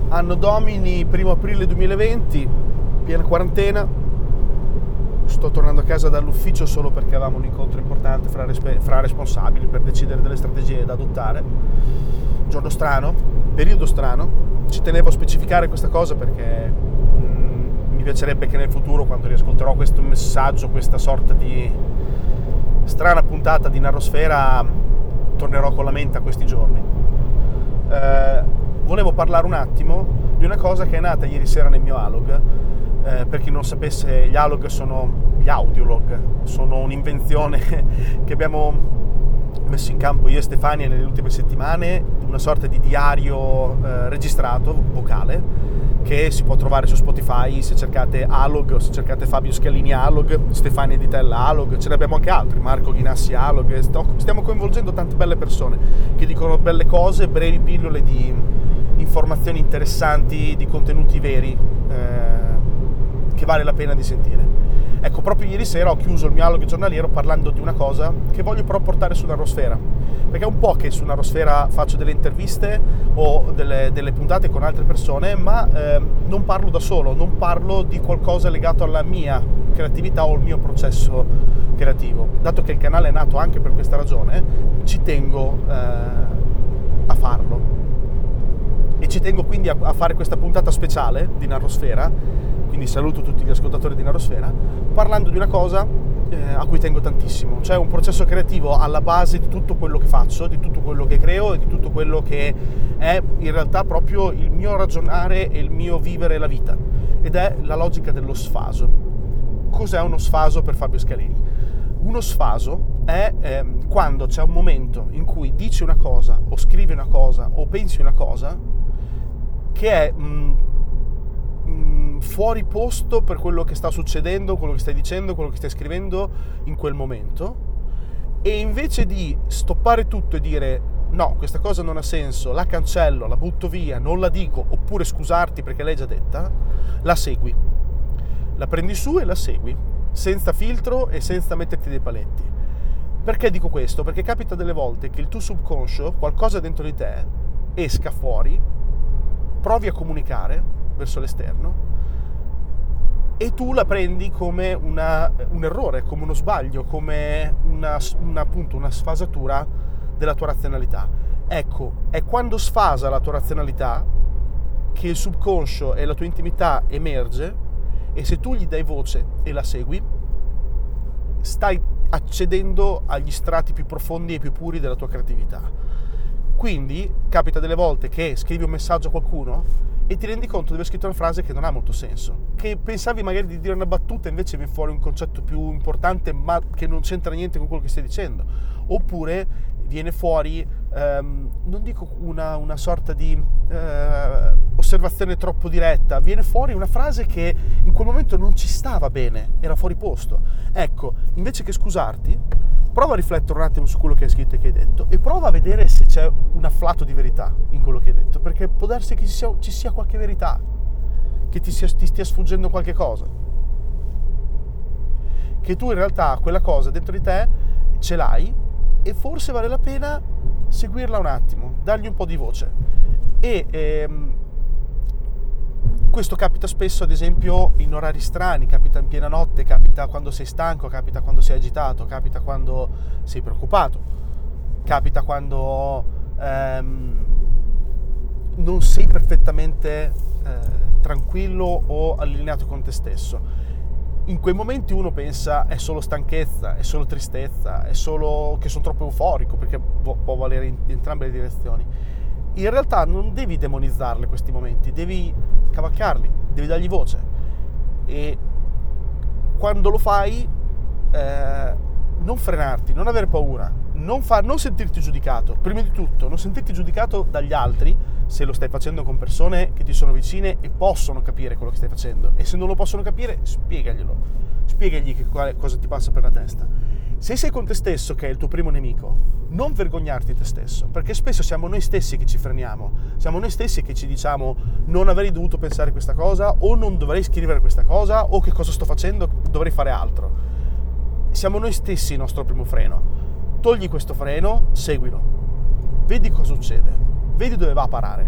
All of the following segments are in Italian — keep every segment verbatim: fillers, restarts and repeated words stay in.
Anno Domini, primo aprile duemilaventi, piena quarantena. Sto tornando a casa dall'ufficio solo perché avevamo un incontro importante fra, respe- fra responsabili per decidere delle strategie da adottare. Giorno strano, periodo strano. Ci tenevo a specificare questa cosa perché mh, mi piacerebbe che nel futuro, quando riascolterò questo messaggio, questa sorta di strana puntata di Narrosfera, tornerò con la mente a questi giorni. Eh, volevo parlare un attimo di una cosa che è nata ieri sera nel mio Alog. Eh, per chi non sapesse, gli Alog sono gli audiolog, sono un'invenzione che abbiamo messo in campo io e Stefania nelle ultime settimane, una sorta di diario eh, registrato, vocale, che si può trovare su Spotify se cercate Alog o se cercate Fabio Scalini Alog, Stefania Ditella Alog, ce ne abbiamo anche altri, Marco Ghinassi Alog. Stiamo coinvolgendo tante belle persone che dicono belle cose, brevi pillole di informazioni interessanti, di contenuti veri, eh, che vale la pena di sentire. Ecco, proprio ieri sera ho chiuso il mio Alog giornaliero parlando di una cosa che voglio però portare su Narrosfera, perché è un po' che su Narrosfera faccio delle interviste o delle, delle puntate con altre persone, ma eh, non parlo da solo, non parlo di qualcosa legato alla mia creatività o al mio processo creativo. Dato che il canale è nato anche per questa ragione, ci tengo eh, a farlo. E ci tengo quindi a, a fare questa puntata speciale di Narrosfera, quindi saluto tutti gli ascoltatori di Narrosfera, parlando di una cosa eh, a cui tengo tantissimo, cioè un processo creativo alla base di tutto quello che faccio, di tutto quello che creo e di tutto quello che è in realtà proprio il mio ragionare e il mio vivere la vita, ed è la logica dello sfaso. Cos'è uno sfaso per Fabio Scalini? Uno sfaso è eh, quando c'è un momento in cui dici una cosa o scrivi una cosa o pensi una cosa che è mh, mh, fuori posto per quello che sta succedendo, quello che stai dicendo, quello che stai scrivendo in quel momento, e invece di stoppare tutto e dire no, questa cosa non ha senso, la cancello, la butto via, non la dico, oppure scusarti perché l'hai già detta, la segui, la prendi su e la segui, senza filtro e senza metterti dei paletti. Perché dico questo? Perché capita delle volte che il tuo subconscio, qualcosa dentro di te, esca fuori, provi a comunicare verso l'esterno e tu la prendi come una, un errore, come uno sbaglio, come una, una, appunto, una sfasatura della tua razionalità. Ecco, è quando sfasa la tua razionalità che il subconscio e la tua intimità emerge, e se tu gli dai voce e la segui, stai accedendo agli strati più profondi e più puri della tua creatività. Quindi capita delle volte che scrivi un messaggio a qualcuno e ti rendi conto di aver scritto una frase che non ha molto senso, che pensavi magari di dire una battuta, invece viene fuori un concetto più importante ma che non c'entra niente con quello che stai dicendo, oppure viene fuori ehm, non dico una, una sorta di eh, osservazione troppo diretta, viene fuori una frase che in quel momento non ci stava bene, era fuori posto. Ecco, invece che scusarti, prova a riflettere un attimo su quello che hai scritto e che hai detto e prova a vedere se c'è un afflato di verità in quello che hai detto, perché può darsi che ci sia, ci sia qualche verità, che ti, sia, ti stia sfuggendo qualche cosa, che tu in realtà quella cosa dentro di te ce l'hai e forse vale la pena seguirla un attimo, dargli un po' di voce. E ehm, questo capita spesso, ad esempio, in orari strani, capita in piena notte, capita quando sei stanco, capita quando sei agitato, capita quando sei preoccupato, capita quando ehm, non sei perfettamente eh, tranquillo o allineato con te stesso. In quei momenti uno pensa è solo stanchezza, è solo tristezza, è solo che sono troppo euforico, perché può valere in entrambe le direzioni. In realtà non devi demonizzarli questi momenti, devi cavalcarli, devi dargli voce, e quando lo fai eh, non frenarti, non avere paura, non, far, non sentirti giudicato, prima di tutto non sentirti giudicato dagli altri se lo stai facendo con persone che ti sono vicine e possono capire quello che stai facendo, e se non lo possono capire spiegaglielo, spiegagli che, quale, cosa ti passa per la testa. Se sei con te stesso, che è il tuo primo nemico, non vergognarti te stesso, perché spesso siamo noi stessi che ci freniamo, siamo noi stessi che ci diciamo non avrei dovuto pensare questa cosa, o non dovrei scrivere questa cosa, o che cosa sto facendo, dovrei fare altro. Siamo noi stessi il nostro primo freno. Togli questo freno, seguilo, vedi cosa succede, vedi dove va a parare,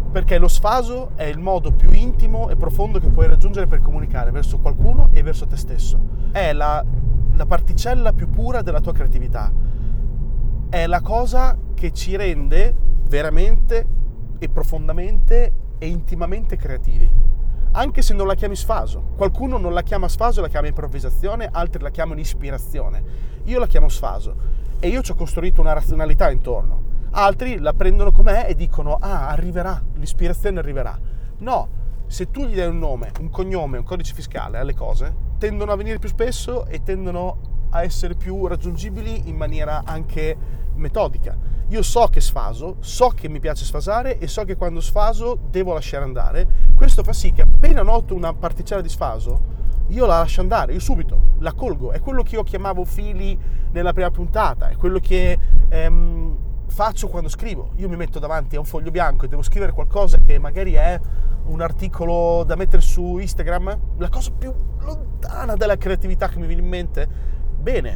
Perché lo sfaso è il modo più intimo e profondo che puoi raggiungere per comunicare verso qualcuno e verso te stesso. È la, la particella più pura della tua creatività. È la cosa che ci rende veramente e profondamente e intimamente creativi. Anche se non la chiami sfaso. Qualcuno non la chiama sfaso, la chiama improvvisazione, altri la chiamano ispirazione. Io la chiamo sfaso e io ci ho costruito una razionalità intorno. Altri la prendono com'è e dicono ah, arriverà, l'ispirazione arriverà. No, se tu gli dai un nome, un cognome, un codice fiscale alle cose, tendono a venire più spesso e tendono a essere più raggiungibili in maniera anche metodica. Io so che sfaso, so che mi piace sfasare e so che quando sfaso devo lasciare andare. Questo fa sì che appena noto una particella di sfaso, io la lascio andare, io subito la colgo. È quello che io chiamavo fili nella prima puntata, è quello che ehm, faccio quando scrivo. Io mi metto davanti a un foglio bianco e devo scrivere qualcosa che magari è un articolo da mettere su Instagram, la cosa più lontana dalla creatività che mi viene in mente. Bene,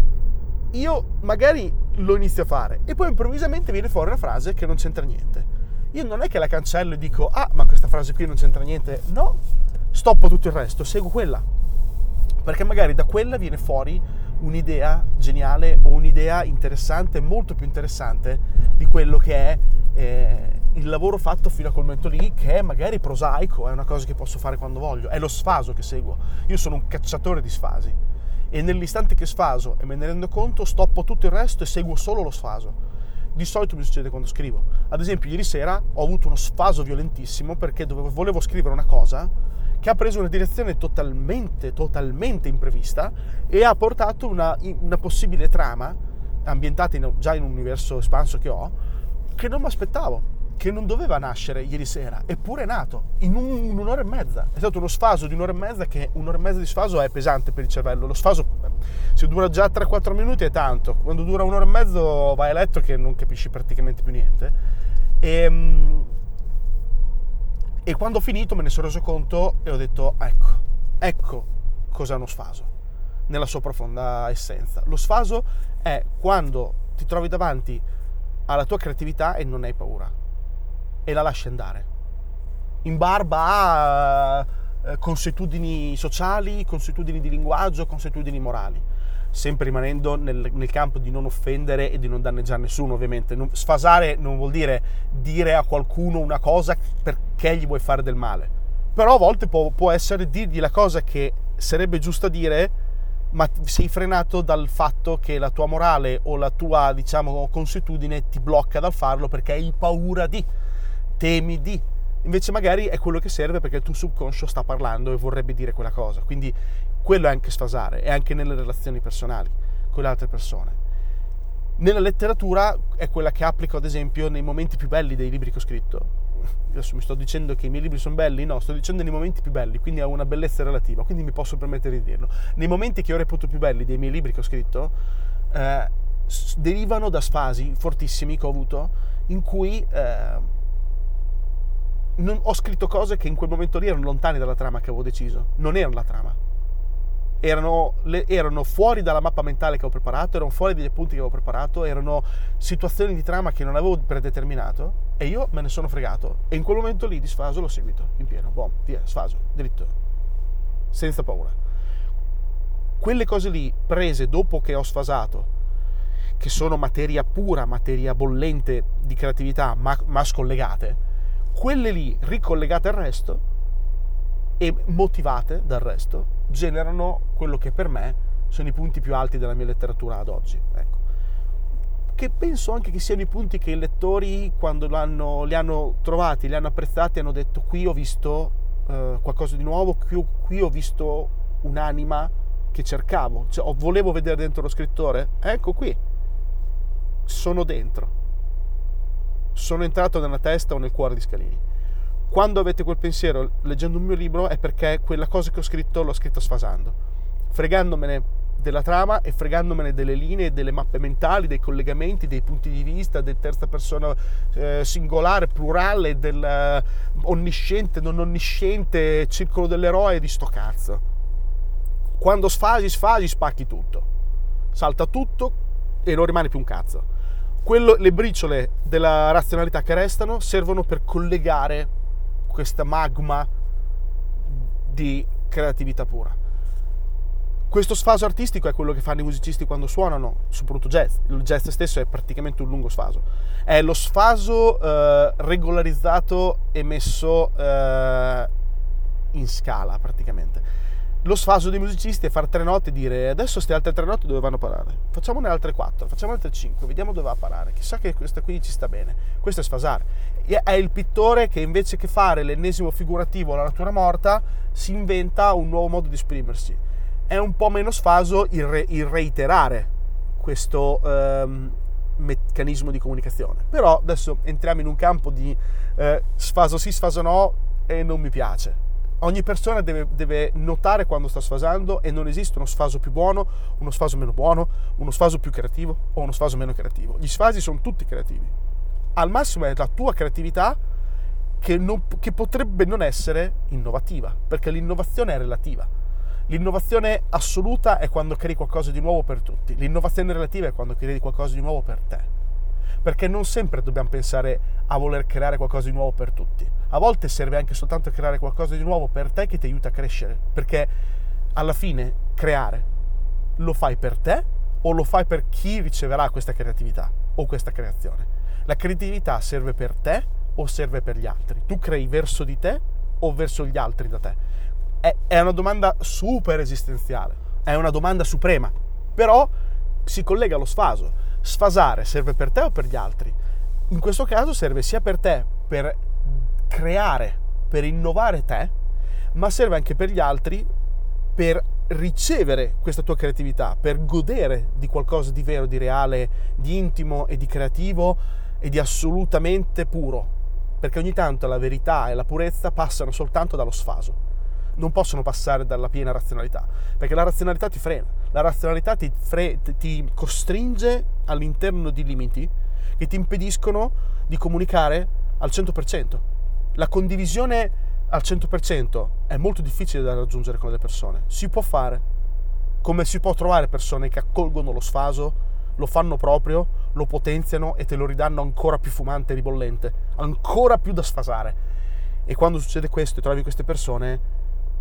io magari lo inizio a fare e poi improvvisamente viene fuori una frase che non c'entra niente. Io non è che la cancello e dico ah, ma questa frase qui non c'entra niente. No, stoppo tutto il resto, seguo quella, perché magari da quella viene fuori un'idea geniale o un'idea interessante, molto più interessante di quello che è eh, il lavoro fatto fino a quel momento lì, che è magari prosaico, è una cosa che posso fare quando voglio, è lo sfaso che seguo. Io sono un cacciatore di sfasi e nell'istante che sfaso e me ne rendo conto, stoppo tutto il resto e seguo solo lo sfaso. Di solito mi succede quando scrivo. Ad esempio ieri sera ho avuto uno sfaso violentissimo perché dovevo, volevo scrivere una cosa che ha preso una direzione totalmente, totalmente imprevista e ha portato una, una possibile trama ambientata in, già in un universo espanso che ho, che non mi aspettavo, che non doveva nascere ieri sera, eppure è nato in, un, in un'ora e mezza. È stato uno sfaso di un'ora e mezza, che un'ora e mezza di sfaso è pesante per il cervello. Lo sfaso, se dura già tre quattro minuti è tanto, quando dura un'ora e mezzo vai a letto che non capisci praticamente più niente. E, e quando ho finito me ne sono reso conto e ho detto ecco, ecco cos'è uno sfaso nella sua profonda essenza. Lo sfaso è quando ti trovi davanti alla tua creatività e non hai paura e la lasci andare in barba a eh, consuetudini sociali, consuetudini di linguaggio, consuetudini morali, sempre rimanendo nel, nel campo di non offendere e di non danneggiare nessuno, ovviamente. Non, sfasare non vuol dire dire a qualcuno una cosa perché gli vuoi fare del male, però a volte può, può essere dirgli la cosa che sarebbe giusta dire, ma sei frenato dal fatto che la tua morale o la tua, diciamo, consuetudine ti blocca dal farlo perché hai paura di, temi di. Invece magari è quello che serve perché il tuo subconscio sta parlando e vorrebbe dire quella cosa. Quindi quello è anche sfasare, è anche nelle relazioni personali con le altre persone. Nella letteratura è quella che applico ad esempio nei momenti più belli dei libri che ho scritto. Adesso mi sto dicendo che i miei libri sono belli? No, sto dicendo nei momenti più belli, quindi ha una bellezza relativa, quindi mi posso permettere di dirlo. Nei momenti che io reputo più belli dei miei libri che ho scritto eh, derivano da sfasi fortissimi che ho avuto in cui eh, non, ho scritto cose che in quel momento lì erano lontane dalla trama che avevo deciso, non erano la trama, erano, le, erano fuori dalla mappa mentale che ho preparato, erano fuori dagli appunti che avevo preparato, erano situazioni di trama che non avevo predeterminato e io me ne sono fregato e in quel momento lì di sfaso l'ho seguito in pieno, boom, via, sfaso, dritto, senza paura. Quelle cose lì prese dopo che ho sfasato, che sono materia pura, materia bollente di creatività, ma, ma scollegate, quelle lì ricollegate al resto e motivate dal resto generano quello che per me sono i punti più alti della mia letteratura ad oggi, ecco. Che penso anche che siano i punti che i lettori, quando l'hanno, li hanno trovati, li hanno apprezzati, hanno detto qui ho visto eh, qualcosa di nuovo, qui, qui ho visto un'anima che cercavo, cioè, volevo vedere dentro lo scrittore, ecco qui, sono dentro, sono entrato nella testa o nel cuore di Scalini. Quando avete quel pensiero leggendo un mio libro è perché quella cosa che ho scritto l'ho scritta sfasando, fregandomene della trama e fregandomene delle linee, delle mappe mentali, dei collegamenti, dei punti di vista, del terza persona eh, singolare, plurale, del eh, onnisciente, non onnisciente, circolo dell'eroe, di sto cazzo. Quando sfasi, sfasi, spacchi tutto, salta tutto e non rimane più un cazzo. quello, le briciole della razionalità che restano servono per collegare questa magma di creatività pura. Questo sfaso artistico è quello che fanno i musicisti quando suonano, soprattutto jazz. Il jazz stesso è praticamente un lungo sfaso. È lo sfaso eh, regolarizzato e messo eh, in scala praticamente. Lo sfaso dei musicisti è fare tre note e dire adesso queste altre tre note dove vanno a parare? Facciamone altre quattro, facciamo altre cinque, vediamo dove va a parare. Chissà che questa qui ci sta bene. Questo è sfasare. È il pittore che invece che fare l'ennesimo figurativo alla natura morta si inventa un nuovo modo di esprimersi. È un po' meno sfaso il, re, il reiterare questo ehm, meccanismo di comunicazione. Però adesso entriamo in un campo di eh, sfaso sì, sfaso no e non mi piace. Ogni persona deve, deve notare quando sta sfasando e non esiste uno sfaso più buono, uno sfaso meno buono, uno sfaso più creativo o uno sfaso meno creativo. Gli sfasi sono tutti creativi. Al massimo è la tua creatività che, non, che potrebbe non essere innovativa, perché l'innovazione è relativa. L'innovazione assoluta è quando crei qualcosa di nuovo per tutti. L'innovazione relativa è quando crei qualcosa di nuovo per te. Perché non sempre dobbiamo pensare a voler creare qualcosa di nuovo per tutti. A volte serve anche soltanto creare qualcosa di nuovo per te che ti aiuta a crescere. Perché alla fine creare lo fai per te o lo fai per chi riceverà questa creatività o questa creazione. La creatività serve per te o serve per gli altri? Tu crei verso di te o verso gli altri da te? È, è una domanda super esistenziale, è una domanda suprema, però si collega allo sfaso. Sfasare serve per te o per gli altri? In questo caso serve sia per te, per creare, per innovare te, ma serve anche per gli altri per ricevere questa tua creatività, per godere di qualcosa di vero, di reale, di intimo e di creativo e di assolutamente puro, perché ogni tanto la verità e la purezza passano soltanto dallo sfaso, non possono passare dalla piena razionalità, perché la razionalità ti frena, la razionalità ti, fre- ti costringe all'interno di limiti che ti impediscono di comunicare al cento per cento. La condivisione al cento per cento è molto difficile da raggiungere con le persone. Si può fare, come si può trovare persone che accolgono lo sfaso, lo fanno proprio, lo potenziano e te lo ridanno ancora più fumante e ribollente, ancora più da sfasare. E quando succede questo e trovi queste persone,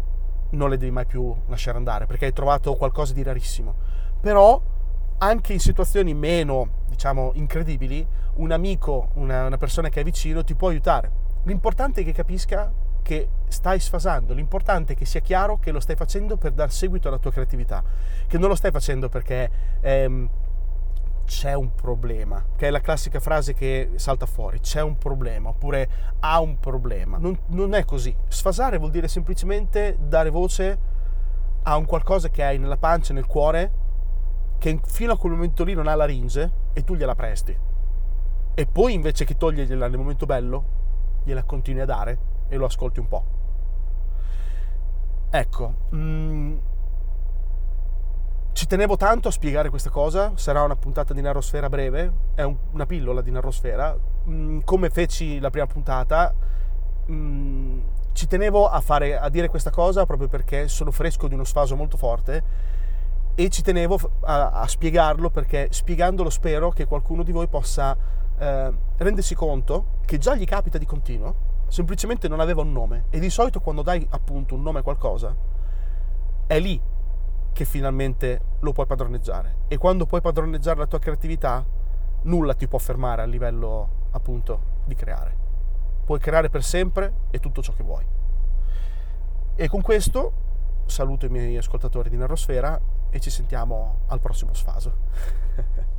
non le devi mai più lasciare andare, perché hai trovato qualcosa di rarissimo. Però anche in situazioni meno, diciamo, incredibili, un amico, una, una persona che è vicino ti può aiutare. L'importante è che capisca che stai sfasando, l'importante è che sia chiaro che lo stai facendo per dar seguito alla tua creatività, che non lo stai facendo perché ehm, c'è un problema, che è la classica frase che salta fuori, c'è un problema, oppure ha un problema. Non, non è così. Sfasare vuol dire semplicemente dare voce a un qualcosa che hai nella pancia, nel cuore, che fino a quel momento lì non ha laringe e tu gliela presti. E poi invece che togliergliela nel momento bello, gliela continui a dare e lo ascolti un po'. Ecco, mh, ci tenevo tanto a spiegare questa cosa, sarà una puntata di Narrosfera breve, è un, una pillola di Narrosfera, mh, come feci la prima puntata, mh, ci tenevo a, fare, a dire questa cosa proprio perché sono fresco di uno sfaso molto forte e ci tenevo a, a spiegarlo perché spiegandolo spero che qualcuno di voi possa eh, rendersi conto che già gli capita di continuo, semplicemente non aveva un nome e di solito quando dai appunto un nome a qualcosa è lì che finalmente lo puoi padroneggiare e quando puoi padroneggiare la tua creatività nulla ti può fermare a livello appunto di creare, puoi creare per sempre e tutto ciò che vuoi. E con questo saluto i miei ascoltatori di Narrosfera e ci sentiamo al prossimo sfaso.